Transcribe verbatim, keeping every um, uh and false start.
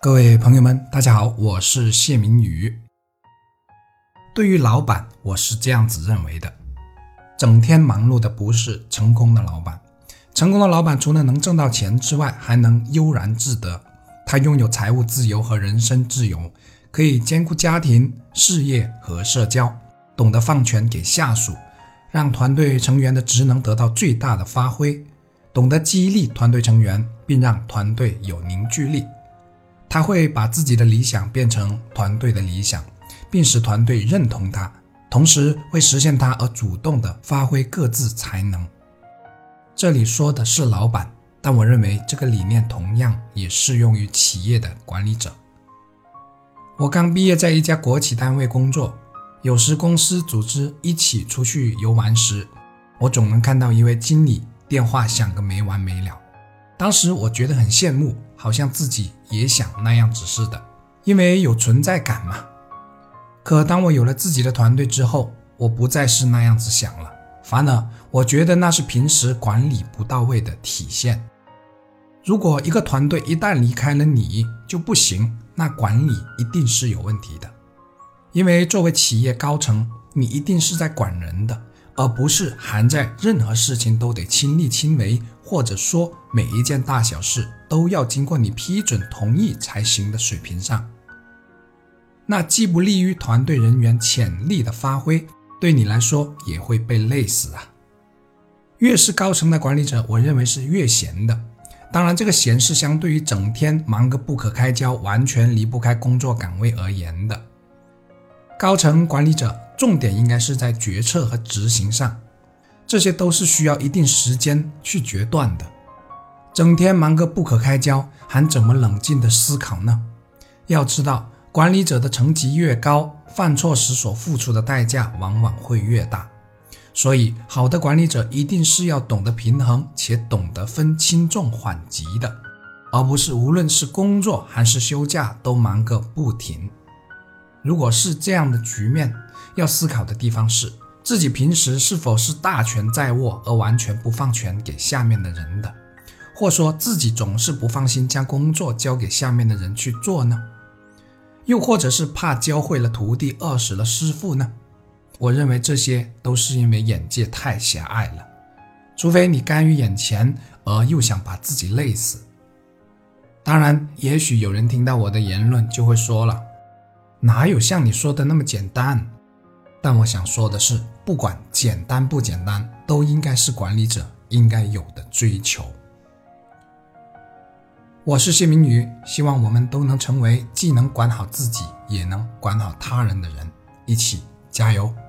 各位朋友们，大家好，我是谢明宇。对于老板，我是这样子认为的，整天忙碌的不是成功的老板。成功的老板除了能挣到钱之外，还能悠然自得。他拥有财务自由和人身自由，可以兼顾家庭、事业和社交，懂得放权给下属，让团队成员的职能得到最大的发挥，懂得激励团队成员，并让团队有凝聚力。他会把自己的理想变成团队的理想，并使团队认同他，同时为实现他而主动地发挥各自才能。这里说的是老板，但我认为这个理念同样也适用于企业的管理者。我刚毕业在一家国企单位工作，有时公司组织一起出去游玩时，我总能看到一位经理电话响个没完没了。当时我觉得很羡慕，好像自己也想那样子似的，因为有存在感嘛。可当我有了自己的团队之后，我不再是那样子想了，反而我觉得那是平时管理不到位的体现。如果一个团队一旦离开了你就不行，那管理一定是有问题的。因为作为企业高层，你一定是在管人的，而不是含在任何事情都得亲力亲为，或者说每一件大小事都要经过你批准同意才行的水平上。那既不利于团队人员潜力的发挥，对你来说也会被累死啊。越是高层的管理者，我认为是越闲的。当然这个闲是相对于整天忙个不可开交，完全离不开工作岗位而言的。高层管理者重点应该是在决策和执行上，这些都是需要一定时间去决断的。整天忙个不可开交，还怎么冷静的思考呢？要知道，管理者的层级越高，犯错时所付出的代价往往会越大。所以好的管理者一定是要懂得平衡，且懂得分轻重缓急的，而不是无论是工作还是休假都忙个不停。如果是这样的局面，要思考的地方是自己平时是否是大权在握而完全不放权给下面的人的，或说自己总是不放心将工作交给下面的人去做呢？又或者是怕教会了徒弟饿死了师傅呢？我认为这些都是因为眼界太狭隘了，除非你甘于眼前而又想把自己累死。当然也许有人听到我的言论就会说了，哪有像你说的那么简单？但我想说的是，不管简单不简单，都应该是管理者应该有的追求。我是谢明宇，希望我们都能成为既能管好自己也能管好他人的人，一起加油。